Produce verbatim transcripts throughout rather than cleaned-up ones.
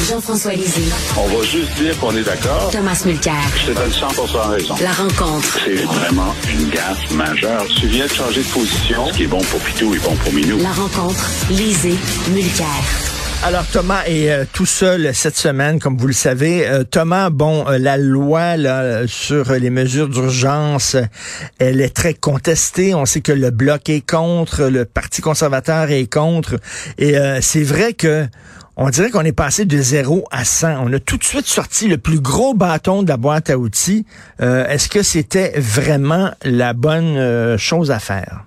Jean-François Lisée. On va juste dire qu'on est d'accord. Thomas Mulcair. Je te donne cent pour cent raison. La rencontre. C'est vraiment une gaffe majeure. Tu viens de changer de position. Ce qui est bon pour Pitou est bon pour Minou. La rencontre. Lisée. Mulcair. Alors, Thomas est euh, tout seul cette semaine, comme vous le savez. Euh, Thomas, bon, euh, la loi là, sur les mesures d'urgence, elle est très contestée. On sait que le Bloc est contre, le Parti conservateur est contre. Et euh, c'est vrai que on dirait qu'on est passé de zéro à cent. On a tout de suite sorti le plus gros bâton de la boîte à outils. Euh, est-ce que c'était vraiment la bonne euh, chose à faire?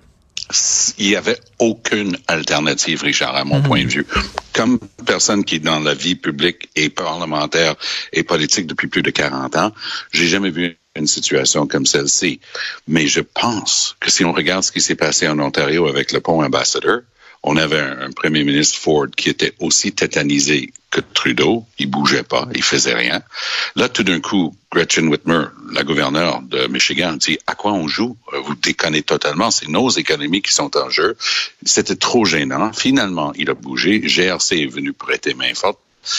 Il n'y avait aucune alternative, Richard, à mon mmh. point de vue. Comme personne qui est dans la vie publique et parlementaire et politique depuis plus de quarante ans, j'ai jamais vu une situation comme celle-ci. Mais je pense que si on regarde ce qui s'est passé en Ontario avec le pont Ambassador, on avait un, un premier ministre Ford qui était aussi tétanisé que Trudeau. Il bougeait pas, il faisait rien. Là, tout d'un coup, Gretchen Whitmer, la gouverneure de Michigan, dit « À quoi on joue? Vous déconnez totalement, c'est nos économies qui sont en jeu. » C'était trop gênant. Finalement, il a bougé. G R C est venu prêter main forte.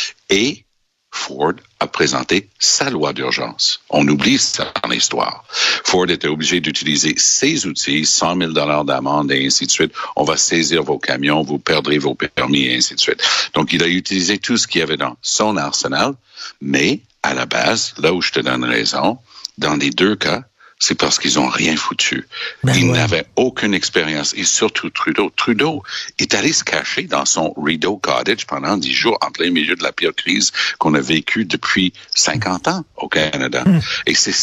Et Ford a présenté sa loi d'urgence. On oublie ça dans l'histoire. Ford était obligé d'utiliser ses outils, cent mille dollars d'amende et ainsi de suite. On va saisir vos camions, vous perdrez vos permis et ainsi de suite. Donc, il a utilisé tout ce qu'il y avait dans son arsenal, mais à la base, là où je te donne raison, dans les deux cas, c'est parce qu'ils ont rien foutu. Ben Ils ouais. n'avaient aucune expérience. Et surtout Trudeau. Trudeau est allé se cacher dans son Rideau Cottage pendant dix jours en plein milieu de la pire crise qu'on a vécue depuis cinquante ans au Canada. Mm. Et c'est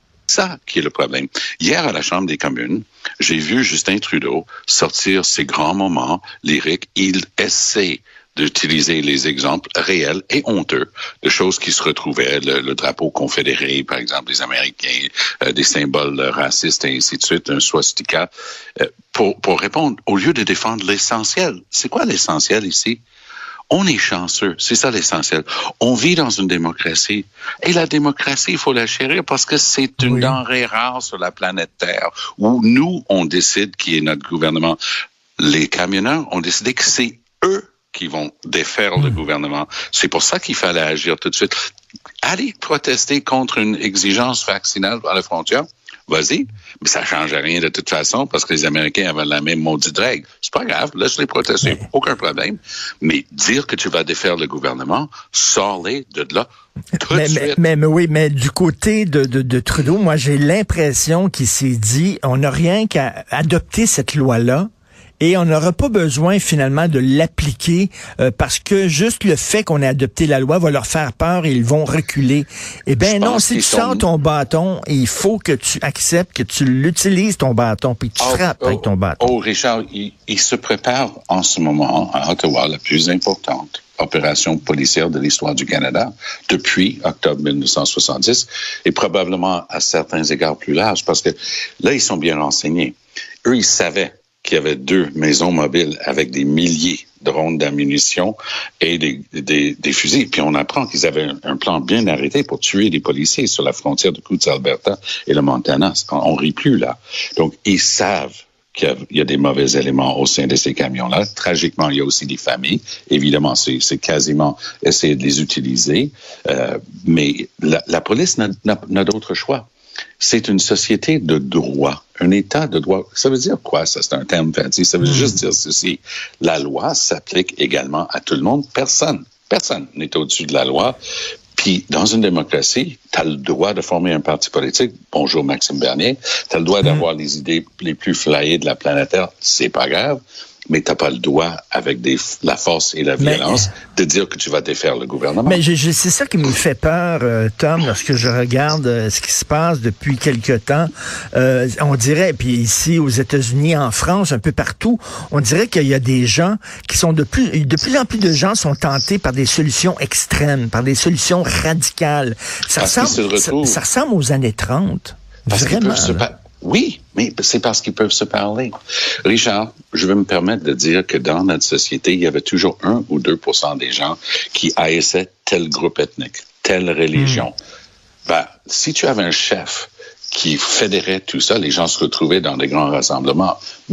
ça qui est le problème. Hier, à la Chambre des communes, j'ai vu Justin Trudeau sortir ses grands moments lyriques. Il essaie d'utiliser les exemples réels et honteux de choses qui se retrouvaient, le, le drapeau confédéré, par exemple, les Américains, euh, des symboles racistes et ainsi de suite, un swastika, euh, pour, pour répondre, au lieu de défendre l'essentiel. C'est quoi l'essentiel ici? On est chanceux, c'est ça l'essentiel. On vit dans une démocratie. Et la démocratie, il faut la chérir parce que c'est une oui. denrée rare sur la planète Terre, où nous, on décide qui est notre gouvernement. Les camionneurs ont décidé que c'est eux qui vont défaire mmh. le gouvernement. C'est pour ça qu'il fallait agir tout de suite. Allez protester contre une exigence vaccinale à la frontière, vas-y, mais ça ne change rien de toute façon parce que les Américains avaient la même maudite règle. C'est pas grave, laisse-les protester, mais... aucun problème. Mais dire que tu vas défaire le gouvernement, sors-les de là. Tout mais, de mais, suite. mais, mais oui, mais du côté de, de, de Trudeau, moi j'ai l'impression qu'il s'est dit, on n'a rien qu'à adopter cette loi-là. Et on n'aura pas besoin finalement de l'appliquer euh, parce que juste le fait qu'on ait adopté la loi va leur faire peur et ils vont reculer. Eh bien non, si tu sors sont... ton bâton, il faut que tu acceptes que tu l'utilises ton bâton puis tu oh, frappes oh, avec ton bâton. Oh Richard, il, il se prépare en ce moment à Ottawa la plus importante opération policière de l'histoire du Canada depuis octobre dix-neuf cent soixante-dix et probablement à certains égards plus large parce que là, ils sont bien renseignés. Eux, ils savaient qu'il y avait deux maisons mobiles avec des milliers de rondes d'ammunition et des, des, des fusils. Puis on apprend qu'ils avaient un, un plan bien arrêté pour tuer des policiers sur la frontière de Coutts, Alberta et le Montana. On rit plus là. Donc, ils savent qu'il y a, il y a des mauvais éléments au sein de ces camions-là. Tragiquement, il y a aussi des familles. Évidemment, c'est, c'est quasiment essayer de les utiliser. Euh, mais la, la police n'a, n'a, n'a d'autre choix. C'est une société de droit, un État de droit. Ça veut dire quoi, ça? C'est un terme fancy. Ça veut mmh. juste dire ceci. La loi s'applique également à tout le monde. Personne, personne n'est au-dessus de la loi. Puis, dans une démocratie, tu as le droit de former un parti politique. Bonjour, Maxime Bernier. Tu as le droit mmh. d'avoir les idées les plus flyées de la planète Terre. C'est pas grave. Mais t'as pas le droit, avec des, la force et la violence, mais, de dire que tu vas défaire le gouvernement. Mais je, je, c'est ça qui me fait peur, euh, Tom, lorsque je regarde euh, ce qui se passe depuis quelque temps. Euh, on dirait, puis ici aux États-Unis, en France, un peu partout, on dirait qu'il y a des gens qui sont de plus, de plus en plus de gens sont tentés par des solutions extrêmes, par des solutions radicales. Ça, ressemble, ça, ça ressemble aux années trente. Parce Vraiment. Oui, mais c'est parce qu'ils peuvent se parler. Richard, je vais me permettre de dire que dans notre société, il y avait toujours un ou deux pour cent des gens qui haïssaient tel groupe ethnique, telle religion. Mmh. Ben, si tu avais un chef qui fédérait tout ça, les gens se retrouvaient dans des grands rassemblements. Mais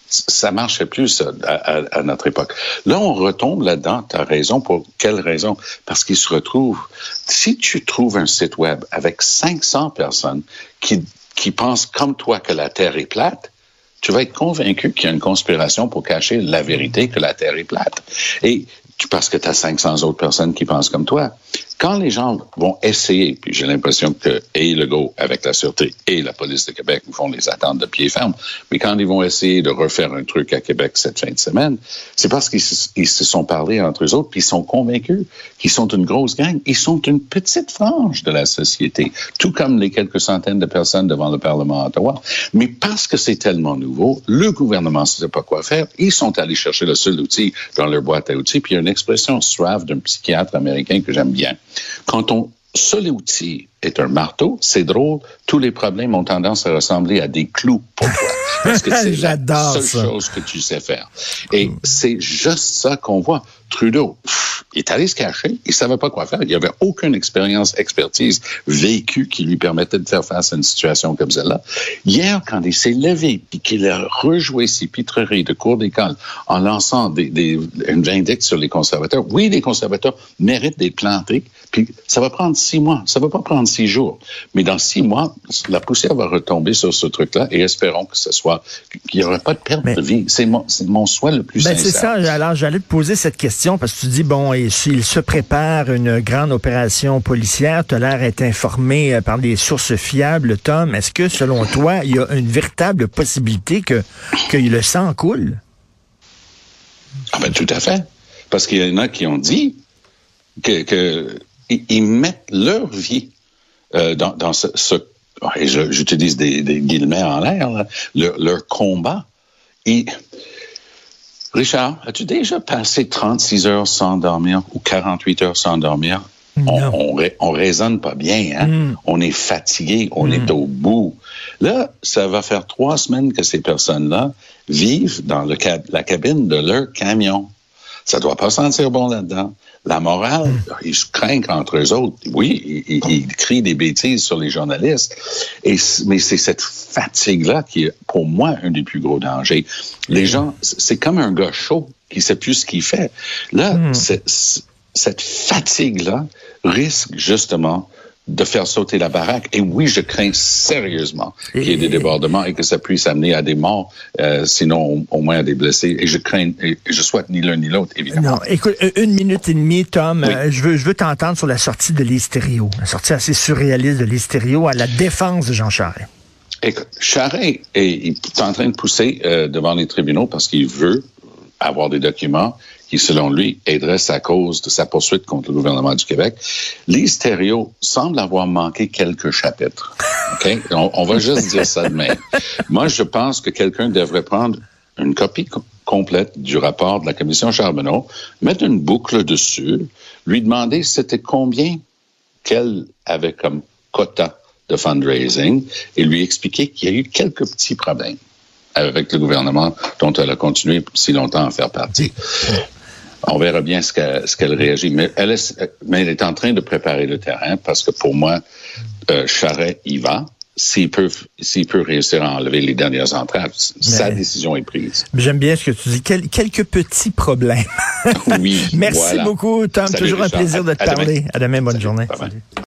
Ça marchait plus ça, à, à, à notre époque. Là, on retombe là-dedans. Tu as raison. Pour quelle raison? Parce qu'ils se retrouvent. Si tu trouves un site web avec cinq cents personnes qui, qui pensent comme toi que la Terre est plate, tu vas être convaincu qu'il y a une conspiration pour cacher la vérité que la Terre est plate. Et parce que tu as cinq cents autres personnes qui pensent comme toi. Quand les gens vont essayer, puis j'ai l'impression que et Legault, avec la Sûreté, et la Police de Québec vont les attendre de pied ferme, mais quand ils vont essayer de refaire un truc à Québec cette fin de semaine, c'est parce qu'ils se, ils se sont parlé entre eux autres, puis ils sont convaincus qu'ils sont une grosse gang. Ils sont une petite frange de la société, tout comme les quelques centaines de personnes devant le Parlement à Ottawa. Mais parce que c'est tellement nouveau, le gouvernement ne sait pas quoi faire. Ils sont allés chercher le seul outil dans leur boîte à outils, puis il y a une expression suave d'un psychiatre américain que j'aime bien. Quand ton seul outil est un marteau, c'est drôle, tous les problèmes ont tendance à ressembler à des clous pour toi. Parce que c'est la seule ça. chose que tu sais faire. Et c'est juste ça qu'on voit. Trudeau, pff, il est allé se cacher, il savait pas quoi faire. Il n'y avait aucune expérience, expertise vécue qui lui permettait de faire face à une situation comme celle-là. Hier, quand il s'est levé et qu'il a rejoué ses pitreries de cours d'école en lançant des, des, une vindicte sur les conservateurs, oui, les conservateurs méritent d'être plantés, puis ça va prendre six mois. Ça va pas prendre six jours. Mais dans six mois, la poussière va retomber sur ce truc-là et espérons que ce soit, qu'il n'y aura pas de perte Mais, de vie. C'est mon, c'est mon souhait le plus ben sincère. C'est ça. Alors, j'allais te poser cette question parce que tu dis, bon, et s'il se prépare une grande opération policière, tu as l'air d'être informé par des sources fiables, Tom. Est-ce que, selon toi, il y a une véritable possibilité que, que le sang coule? Ah ben, tout à fait. Parce qu'il y en a qui ont dit que, que ils mettent leur vie euh, dans, dans ce, ce et je, j'utilise des, des guillemets en l'air, là, leur, leur combat. Et Richard, as-tu déjà passé trente-six heures sans dormir ou quarante-huit heures sans dormir? On, on, on raisonne pas bien, hein? Mm. On est fatigué, on mm. est au bout. Là, ça va faire trois semaines que ces personnes-là vivent dans le cab- la cabine de leur camion. Ça doit pas sentir bon là-dedans. La morale, mm. ils se craignent entre eux autres. Oui, ils, ils crient des bêtises sur les journalistes. Et, mais c'est cette fatigue-là qui est, pour moi, un des plus gros dangers. Les gens, c'est comme un gars chaud qui sait plus ce qu'il fait. Là, mm. c'est, c'est, cette fatigue-là risque justement de faire sauter la baraque. Et oui, je crains sérieusement qu'il y ait des débordements et que ça puisse amener à des morts, euh, sinon au, au moins à des blessés. Et je crains, et je souhaite ni l'un ni l'autre, évidemment. Non, écoute, une minute et demie, Tom. Oui. Euh, je veux, je veux t'entendre sur la sortie de Lise Thériault, la sortie assez surréaliste de Lise Thériault à la défense de Jean Charest. Écoute, Charest est, est en train de pousser euh, devant les tribunaux parce qu'il veut avoir des documents qui, selon lui, aideraient sa cause de sa poursuite contre le gouvernement du Québec. Lise Thériault semble avoir manqué quelques chapitres. Okay? On, on va juste dire ça de même. Moi, je pense que quelqu'un devrait prendre une copie co- complète du rapport de la commission Charbonneau, mettre une boucle dessus, lui demander c'était combien qu'elle avait comme quota de fundraising et lui expliquer qu'il y a eu quelques petits problèmes avec le gouvernement dont elle a continué si longtemps à faire partie. On verra bien ce qu'elle, ce qu'elle réagit. Mais elle, est, mais elle est en train de préparer le terrain parce que pour moi, euh, Charest y va. S'il peut, s'il peut réussir à enlever les dernières entraves, mais sa décision est prise. J'aime bien ce que tu dis. Quel, quelques petits problèmes. Oui. Merci voilà. beaucoup, Tom. Salut, toujours Richard. un plaisir de te à, parler. À demain, à demain bonne Salut. journée. Bye bye.